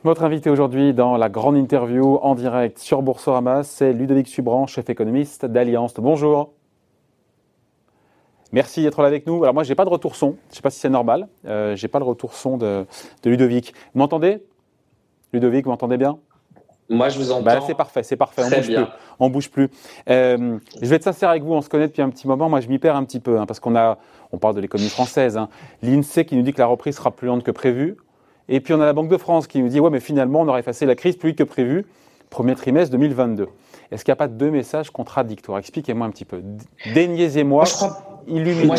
Votre invité aujourd'hui dans la grande interview en direct sur Boursorama, c'est Ludovic Subran, chef économiste d'Allianz. Bonjour. Merci d'être là avec nous. Alors moi, j'ai pas de retour son. Je ne sais pas si c'est normal. J'ai pas le retour son de Ludovic. Vous m'entendez? Ludovic, vous m'entendez bien? Moi, je vous entends. C'est parfait. Très bien. On bouge plus. Je vais être sincère avec vous, on se connaît depuis un petit moment. Moi, je m'y perds un petit peu, parce on parle de l'économie française. L'INSEE qui nous dit que la reprise sera plus lente que prévu. Et puis, on a la Banque de France qui nous dit « Ouais, mais finalement, on aurait effacé la crise plus vite que prévu, premier trimestre 2022 ». Est-ce qu'il n'y a pas deux messages contradictoires? Expliquez-moi un petit peu. Déniaisez-moi, illuminez-moi.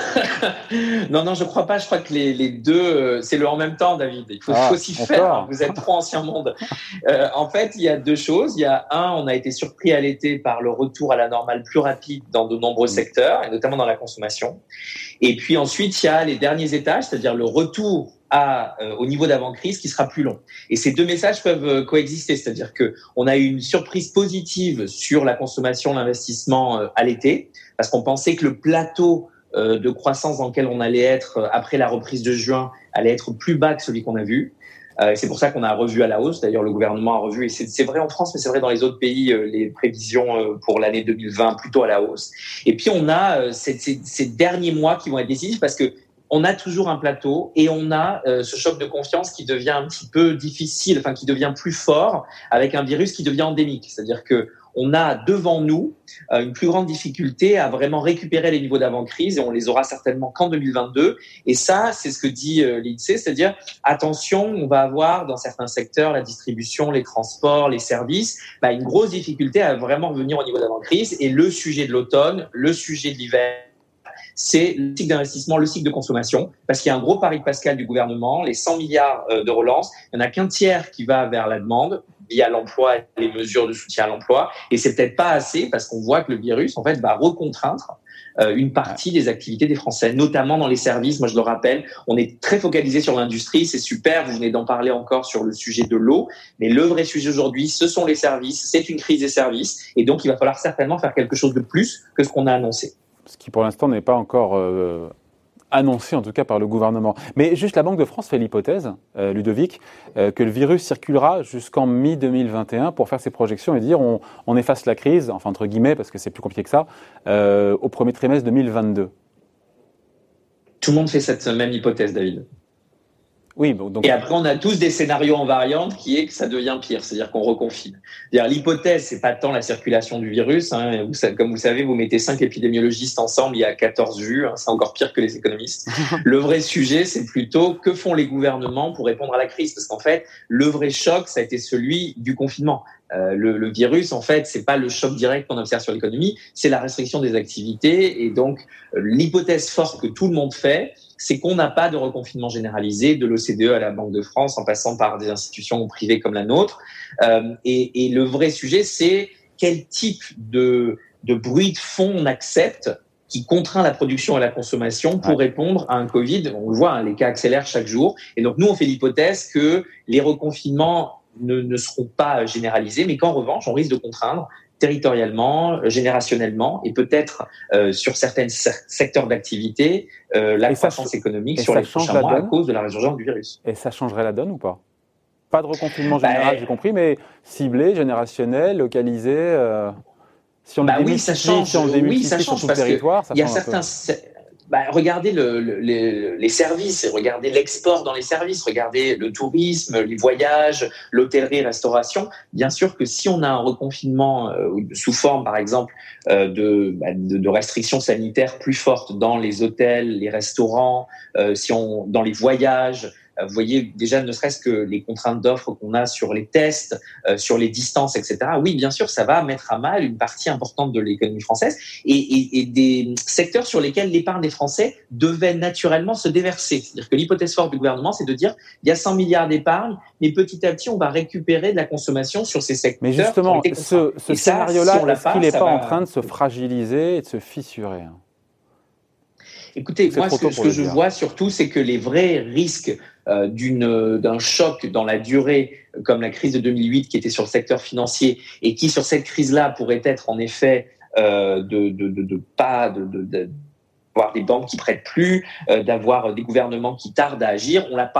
Non, je ne crois pas. Je crois que les deux, c'est le en même temps, David. Il faut s'y faire. Vous êtes trop ancien monde. En fait, il y a deux choses. Il y a on a été surpris à l'été par le retour à la normale plus rapide dans de nombreux secteurs, et notamment dans la consommation. Et puis ensuite, il y a les derniers étages, c'est-à-dire le retour au niveau d'avant-crise qui sera plus long. Et ces deux messages peuvent coexister, c'est-à-dire que on a eu une surprise positive sur la consommation, l'investissement à l'été, parce qu'on pensait que le plateau de croissance dans lequel on allait être après la reprise de juin allait être plus bas que celui qu'on a vu. C'est pour ça qu'on a revu à la hausse. D'ailleurs, le gouvernement a revu, et c'est vrai en France, mais c'est vrai dans les autres pays, les prévisions pour l'année 2020 plutôt à la hausse. Et puis on a ces derniers mois qui vont être décisifs parce que on a toujours un plateau et on a ce choc de confiance qui devient un petit peu difficile, qui devient plus fort avec un virus qui devient endémique. C'est-à-dire que on a devant nous une plus grande difficulté à vraiment récupérer les niveaux d'avant-crise et on les aura certainement qu'en 2022. Et ça, c'est ce que dit l'INSEE, c'est-à-dire attention, on va avoir dans certains secteurs, la distribution, les transports, les services, une grosse difficulté à vraiment revenir au niveau d'avant-crise. Et le sujet de l'automne, le sujet de l'hiver, c'est le cycle d'investissement, le cycle de consommation, parce qu'il y a un gros pari de Pascal du gouvernement, les 100 milliards de relance, il n'y en a qu'un tiers qui va vers la demande via l'emploi et les mesures de soutien à l'emploi, et c'est peut-être pas assez parce qu'on voit que le virus en fait va recontraindre une partie des activités des Français, notamment dans les services. Moi, je le rappelle, on est très focalisé sur l'industrie, c'est super, vous venez d'en parler encore sur le sujet de l'eau, mais le vrai sujet aujourd'hui, ce sont les services, c'est une crise des services, et donc il va falloir certainement faire quelque chose de plus que ce qu'on a annoncé. Ce qui pour l'instant n'est pas encore annoncé, en tout cas par le gouvernement. Mais juste la Banque de France fait l'hypothèse, Ludovic, que le virus circulera jusqu'en mi-2021 pour faire ses projections et dire on efface la crise, enfin entre guillemets, parce que c'est plus compliqué que ça, au premier trimestre 2022. Tout le monde fait cette même hypothèse, David. Oui, donc... Et après, on a tous des scénarios en variante qui est que ça devient pire, c'est-à-dire qu'on reconfine. L'hypothèse, c'est pas tant la circulation du virus. Comme vous le savez, vous mettez 5 épidémiologistes ensemble, il y a 14 vues. C'est encore pire que les économistes. Le vrai sujet, c'est plutôt que font les gouvernements pour répondre à la crise. Parce qu'en fait, le vrai choc, ça a été celui du confinement. Le virus, en fait, c'est pas le choc direct qu'on observe sur l'économie, c'est la restriction des activités. Et donc, l'hypothèse forte que tout le monde fait, c'est qu'on n'a pas de reconfinement généralisé, de l'OCDE à la Banque de France, en passant par des institutions privées comme la nôtre. Et le vrai sujet, c'est quel type de bruit de fond on accepte qui contraint la production et la consommation pour répondre à un Covid. On le voit, les cas accélèrent chaque jour. Et donc, nous, on fait l'hypothèse que les reconfinements ne seront pas généralisés, mais qu'en revanche, on risque de contraindre territorialement, générationnellement, et peut-être sur certains secteurs d'activité, la croissance économique sur les prochains mois à cause de la résurgence du virus. Et ça changerait la donne ou pas? Pas de reconfinement général, j'ai compris, mais ciblé, générationnel, localisé. Si on le démultiplie sur tout le territoire, ça change un peu. Regardez les services, regardez l'export dans les services, regardez le tourisme, les voyages, l'hôtellerie, restauration. Bien sûr que si on a un reconfinement sous forme, par exemple, de restrictions sanitaires plus fortes dans les hôtels, les restaurants, dans les voyages, vous voyez déjà ne serait-ce que les contraintes d'offres qu'on a sur les tests, sur les distances, etc. Oui, bien sûr, ça va mettre à mal une partie importante de l'économie française et des secteurs sur lesquels l'épargne des Français devait naturellement se déverser. C'est-à-dire que l'hypothèse forte du gouvernement, c'est de dire il y a 100 milliards d'épargne, mais petit à petit, on va récupérer de la consommation sur ces secteurs. Mais justement, ce scénario-là, est-ce qu'il n'est pas en train de se fragiliser et de se fissurer? Écoutez, moi, ce que je vois surtout, c'est que les vrais risques d'un choc dans la durée, comme la crise de 2008 qui était sur le secteur financier et qui, sur cette crise-là, pourrait être en effet d'avoir des banques qui prêtent plus, d'avoir des gouvernements qui tardent à agir, on l'a pas.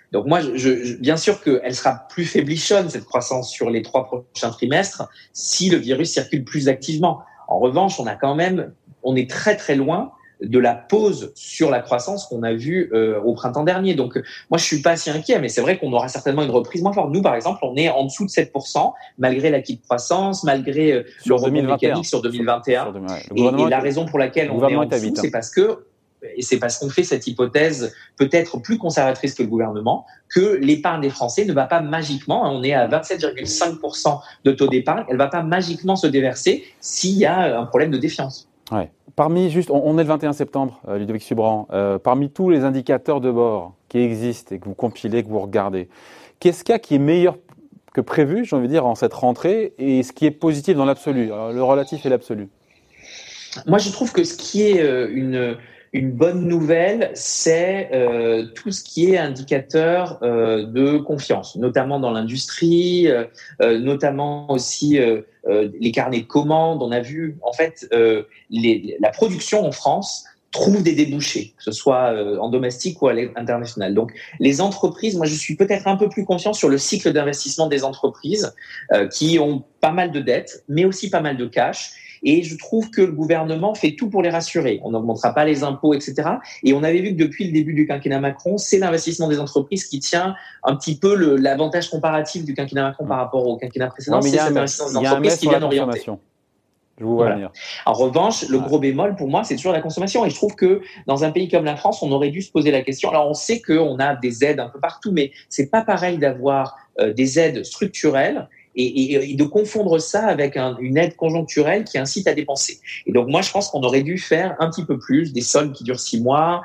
Donc moi, bien sûr qu'elle sera plus faiblichonne, cette croissance, sur les 3 prochains trimestres, si le virus circule plus activement. En revanche, on est très très loin de la pause sur la croissance qu'on a vue au printemps dernier. Donc moi, je suis pas si inquiet, mais c'est vrai qu'on aura certainement une reprise moins forte. Nous, par exemple, on est en dessous de 7%, malgré l'acquis de croissance, malgré le rebond mécanique sur 2021. Et la raison pour laquelle on est en dessous, c'est parce qu'on fait cette hypothèse peut-être plus conservatrice que le gouvernement, que l'épargne des Français ne va pas magiquement, on est à 27,5% de taux d'épargne, elle ne va pas magiquement se déverser s'il y a un problème de défiance. Ouais. On est le 21 septembre, Ludovic Subran. Parmi tous les indicateurs de bord qui existent et que vous compilez, que vous regardez, qu'est-ce qu'il y a qui est meilleur que prévu, j'ai envie de dire, en cette rentrée, et ce qui est positif dans l'absolu, le relatif et l'absolu? Moi, je trouve que ce qui est une bonne nouvelle, c'est tout ce qui est indicateur de confiance, notamment dans l'industrie, notamment aussi les carnets de commandes. On a vu, en fait, la production en France trouve des débouchés, que ce soit en domestique ou à l'international. Donc, les entreprises, moi, je suis peut-être un peu plus confiant sur le cycle d'investissement des entreprises qui ont pas mal de dettes, mais aussi pas mal de cash. Et je trouve que le gouvernement fait tout pour les rassurer. On n'augmentera pas les impôts, etc. Et on avait vu que depuis le début du quinquennat Macron, c'est l'investissement des entreprises qui tient un petit peu l'avantage comparatif du quinquennat Macron par rapport au quinquennat précédent. C'est cet investissement des entreprises qui vient d'orienter. Je vous vois venir. En revanche, le gros bémol pour moi, c'est toujours la consommation. Et je trouve que dans un pays comme la France, on aurait dû se poser la question. Alors, on sait qu'on a des aides un peu partout, mais c'est pas pareil d'avoir des aides structurelles et de confondre ça avec une aide conjoncturelle qui incite à dépenser. Et donc, moi, je pense qu'on aurait dû faire un petit peu plus, des soldes qui durent 6 mois,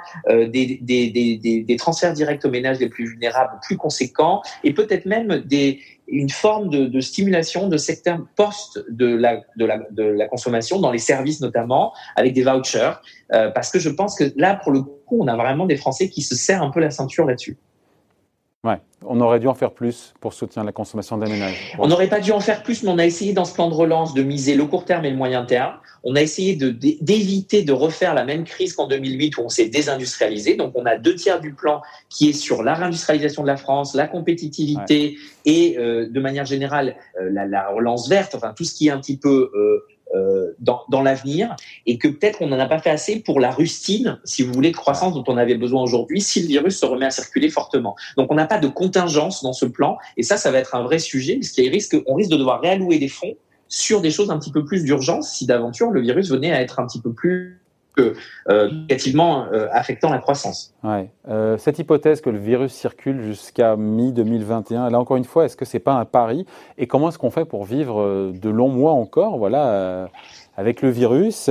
des transferts directs aux ménages les plus vulnérables plus conséquents, et peut-être même une forme de stimulation de secteurs post de la consommation, dans les services notamment, avec des vouchers, parce que je pense que là, pour le coup, on a vraiment des Français qui se serrent un peu la ceinture là-dessus. Ouais, on aurait dû en faire plus pour soutenir la consommation des ménages. On n'aurait pas dû en faire plus, mais on a essayé dans ce plan de relance de miser le court terme et le moyen terme. On a essayé d'éviter de refaire la même crise qu'en 2008 où on s'est désindustrialisé. Donc on a 2/3 du plan qui est sur la réindustrialisation de la France, la compétitivité et de manière générale la relance verte, enfin tout ce qui est un petit peu dans l'avenir, et que peut-être on n'en a pas fait assez pour la rustine, si vous voulez, de croissance dont on avait besoin aujourd'hui si le virus se remet à circuler fortement. Donc on n'a pas de contingence dans ce plan, et ça va être un vrai sujet, parce qu'on risque de devoir réallouer des fonds sur des choses un petit peu plus d'urgence si d'aventure le virus venait à être un petit peu plus négativement affectant la croissance. Ouais. Cette hypothèse que le virus circule jusqu'à mi-2021, là encore une fois, est-ce que c'est pas un pari? Et comment est-ce qu'on fait pour vivre de longs mois encore, avec le virus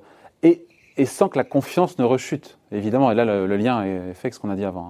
et sans que la confiance ne rechute, évidemment. Et là, le lien est fait avec ce qu'on a dit avant.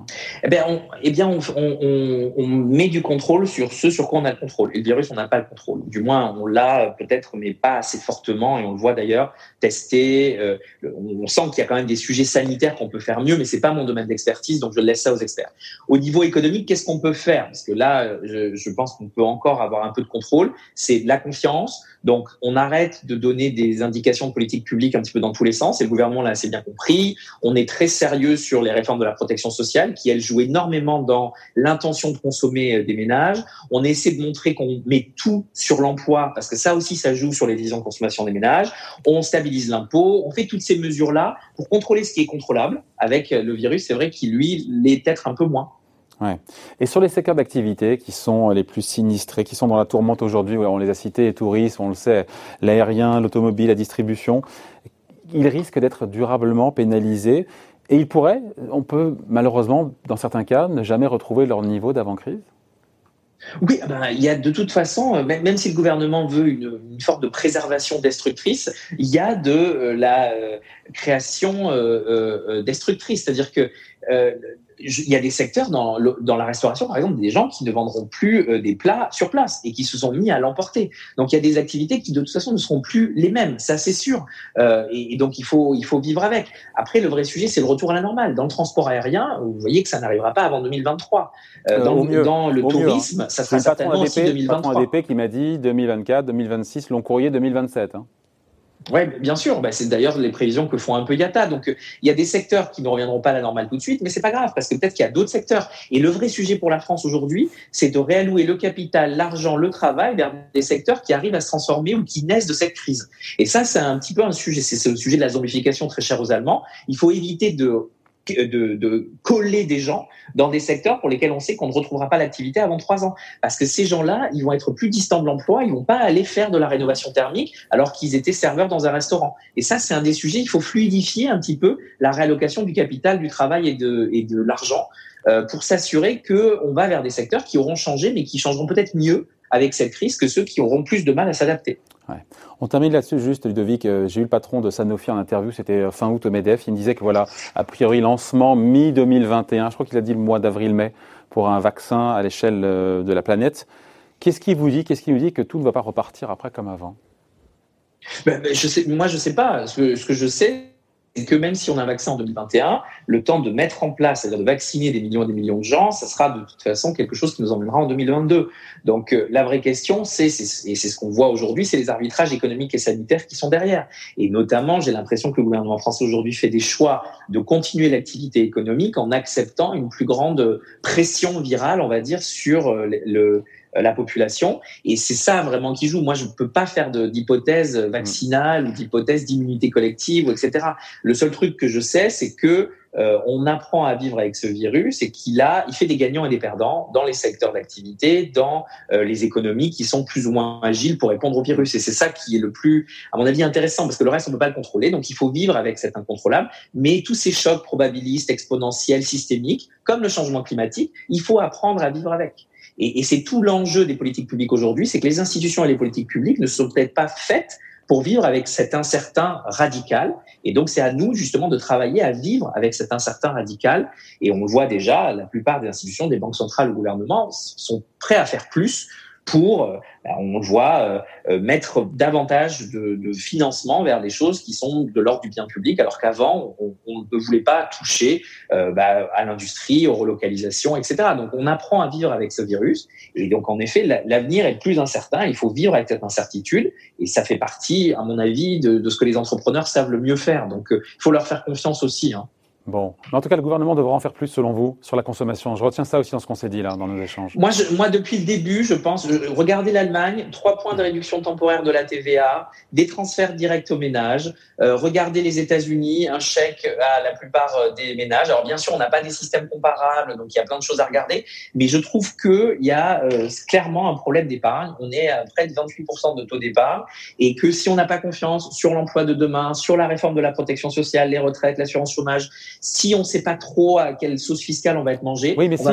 On met du contrôle sur ce sur quoi on a le contrôle. Et le virus, on n'a pas le contrôle. Du moins, on l'a peut-être, mais pas assez fortement. Et on le voit d'ailleurs testé. On sent qu'il y a quand même des sujets sanitaires qu'on peut faire mieux, mais c'est pas mon domaine d'expertise, donc je laisse ça aux experts. Au niveau économique, qu'est-ce qu'on peut faire? Parce que là, je pense qu'on peut encore avoir un peu de contrôle. C'est la confiance. Donc, on arrête de donner des indications de politique publique un petit peu dans tous les sens. Et le gouvernement l'a assez bien compris. On est très sérieux sur les réformes de la protection sociale qui, elles, jouent énormément dans l'intention de consommer des ménages. On essaie de montrer qu'on met tout sur l'emploi parce que ça aussi, ça joue sur les décisions de consommation des ménages. On stabilise l'impôt. On fait toutes ces mesures-là pour contrôler ce qui est contrôlable. Avec le virus, c'est vrai qu'il, lui, l'est peut-être un peu moins. Ouais. Et sur les secteurs d'activité qui sont les plus sinistrés, qui sont dans la tourmente aujourd'hui, on les a cités, les tourismes, on le sait, l'aérien, l'automobile, la distribution, ils risquent d'être durablement pénalisés et on peut malheureusement, dans certains cas, ne jamais retrouver leur niveau d'avant-crise. Oui, il y a de toute façon, même si le gouvernement veut une forme de préservation destructrice, il y a de la création destructrice, c'est-à-dire que il y a des secteurs dans la restauration, par exemple, des gens qui ne vendront plus des plats sur place et qui se sont mis à l'emporter. Donc, il y a des activités qui, de toute façon, ne seront plus les mêmes, ça c'est sûr. Et donc, il faut vivre avec. Après, le vrai sujet, c'est le retour à la normale. Dans le transport aérien, vous voyez que ça n'arrivera pas avant 2023. Dans le tourisme, ça sera certainement aussi 2023. C'est le patron ADP qui m'a dit 2024, 2026, long courrier 2027. Oui, bien sûr. C'est d'ailleurs les prévisions que font un peu IATA. Donc, il y a des secteurs qui ne reviendront pas à la normale tout de suite, mais c'est pas grave parce que peut-être qu'il y a d'autres secteurs. Et le vrai sujet pour la France aujourd'hui, c'est de réallouer le capital, l'argent, le travail vers des secteurs qui arrivent à se transformer ou qui naissent de cette crise. Et ça, c'est un petit peu un sujet. C'est le sujet de la zombification très cher aux Allemands. Il faut éviter de coller des gens dans des secteurs pour lesquels on sait qu'on ne retrouvera pas l'activité avant 3 ans. Parce que ces gens-là, ils vont être plus distants de l'emploi, ils vont pas aller faire de la rénovation thermique alors qu'ils étaient serveurs dans un restaurant. Et ça, c'est un des sujets. Il faut fluidifier un petit peu la réallocation du capital, du travail et de l'argent pour s'assurer qu'on va vers des secteurs qui auront changé, mais qui changeront peut-être mieux avec cette crise que ceux qui auront plus de mal à s'adapter. Ouais. On termine là-dessus juste, Ludovic. J'ai eu le patron de Sanofi en interview, c'était fin août au MEDEF. Il me disait que voilà, a priori, lancement mi-2021. Je crois qu'il a dit le mois d'avril-mai pour un vaccin à l'échelle de la planète. Qu'est-ce qui nous dit que tout ne va pas repartir après comme avant? Je sais pas. Ce que je sais, c'est que même si on a un vaccin en 2021, le temps de mettre en place, c'est-à-dire de vacciner des millions et des millions de gens, ça sera de toute façon quelque chose qui nous emmènera en 2022. Donc la vraie question, et c'est ce qu'on voit aujourd'hui, c'est les arbitrages économiques et sanitaires qui sont derrière. Et notamment, j'ai l'impression que le gouvernement français aujourd'hui fait des choix de continuer l'activité économique en acceptant une plus grande pression virale, on va dire, sur la population. Et c'est ça vraiment qui joue. Moi, je ne peux pas faire d'hypothèse vaccinale ou d'hypothèse d'immunité collective, etc. Le seul truc que je sais, c'est que on apprend à vivre avec ce virus et il fait des gagnants et des perdants dans les secteurs d'activité, dans les économies qui sont plus ou moins agiles pour répondre au virus. Et c'est ça qui est le plus, à mon avis, intéressant, parce que le reste, on ne peut pas le contrôler. Donc, il faut vivre avec cet incontrôlable. Mais tous ces chocs probabilistes, exponentiels, systémiques, comme le changement climatique, il faut apprendre à vivre avec. Et c'est tout l'enjeu des politiques publiques aujourd'hui, c'est que les institutions et les politiques publiques ne sont peut-être pas faites pour vivre avec cet incertain radical. Et donc, c'est à nous, justement, de travailler à vivre avec cet incertain radical. Et on le voit déjà, la plupart des institutions, des banques centrales, le gouvernement, sont prêts à faire plus pour, on le voit, mettre davantage de financement vers des choses qui sont de l'ordre du bien public, alors qu'avant, on ne voulait pas toucher à l'industrie, aux relocalisations, etc. Donc, on apprend à vivre avec ce virus. Et donc, en effet, l'avenir est plus incertain. Il faut vivre avec cette incertitude. Et ça fait partie, à mon avis, de ce que les entrepreneurs savent le mieux faire. Donc, il faut leur faire confiance aussi. Bon. En tout cas, le gouvernement devra en faire plus, selon vous, sur la consommation. Je retiens ça aussi dans ce qu'on s'est dit là, dans nos échanges. Moi, depuis le début, je pense, regardez l'Allemagne, 3 points de réduction temporaire de la TVA, des transferts directs aux ménages. Regardez les États-Unis, un chèque à la plupart des ménages. Alors, bien sûr, on n'a pas des systèmes comparables, donc il y a plein de choses à regarder. Mais je trouve qu'il y a clairement un problème d'épargne. On est à près de 28% de taux d'épargne. Et que si on n'a pas confiance sur l'emploi de demain, sur la réforme de la protection sociale, les retraites, l'assurance chômage, si on ne sait pas trop à quelle sauce fiscale on va être mangé, oui, mais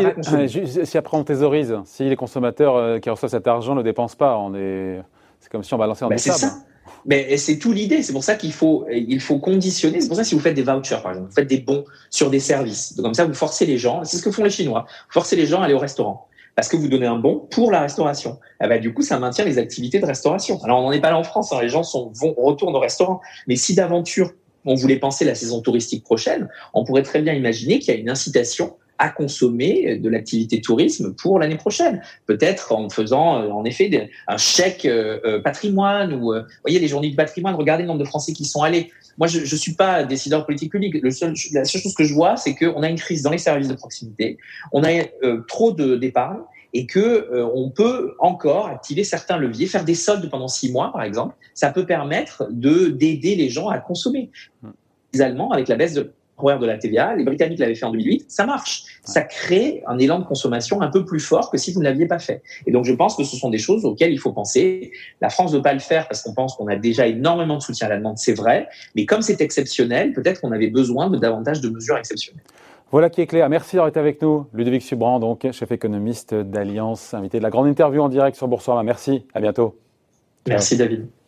si après on thésaurise, si les consommateurs qui reçoivent cet argent ne le dépensent pas, c'est comme si on balançait dans des sables. C'est ça. Mais c'est tout l'idée. C'est pour ça qu'il faut conditionner. C'est pour ça que si vous faites des vouchers, par exemple, vous faites des bons sur des services. Donc comme ça, vous forcez les gens. C'est ce que font les Chinois. Vous forcez les gens à aller au restaurant. Parce que vous donnez un bon pour la restauration. Du coup, ça maintient les activités de restauration. Alors, on n'en est pas là en France. Les gens retournent au restaurant. Mais si d'aventure, on voulait penser la saison touristique prochaine, on pourrait très bien imaginer qu'il y a une incitation à consommer de l'activité tourisme pour l'année prochaine. Peut-être en faisant, en effet, un chèque patrimoine ou, voyez, les journées du patrimoine. Regardez le nombre de Français qui sont allés. Moi, je suis pas décideur politique public. La seule chose que je vois, c'est qu'on a une crise dans les services de proximité. On a trop d'épargne. Et on peut encore activer certains leviers, faire des soldes pendant 6 mois, par exemple. Ça peut permettre d'aider les gens à consommer. Les Allemands, avec la baisse de la TVA, les Britanniques l'avaient fait en 2008, ça marche. Ça crée un élan de consommation un peu plus fort que si vous ne l'aviez pas fait. Et donc, je pense que ce sont des choses auxquelles il faut penser. La France ne veut pas le faire parce qu'on pense qu'on a déjà énormément de soutien à la demande, c'est vrai. Mais comme c'est exceptionnel, peut-être qu'on avait besoin de davantage de mesures exceptionnelles. Voilà qui est clair. Merci d'avoir été avec nous. Ludovic Subran, donc chef économiste d'Allianz, invité de la grande interview en direct sur Boursorama. Merci, à bientôt. Merci David.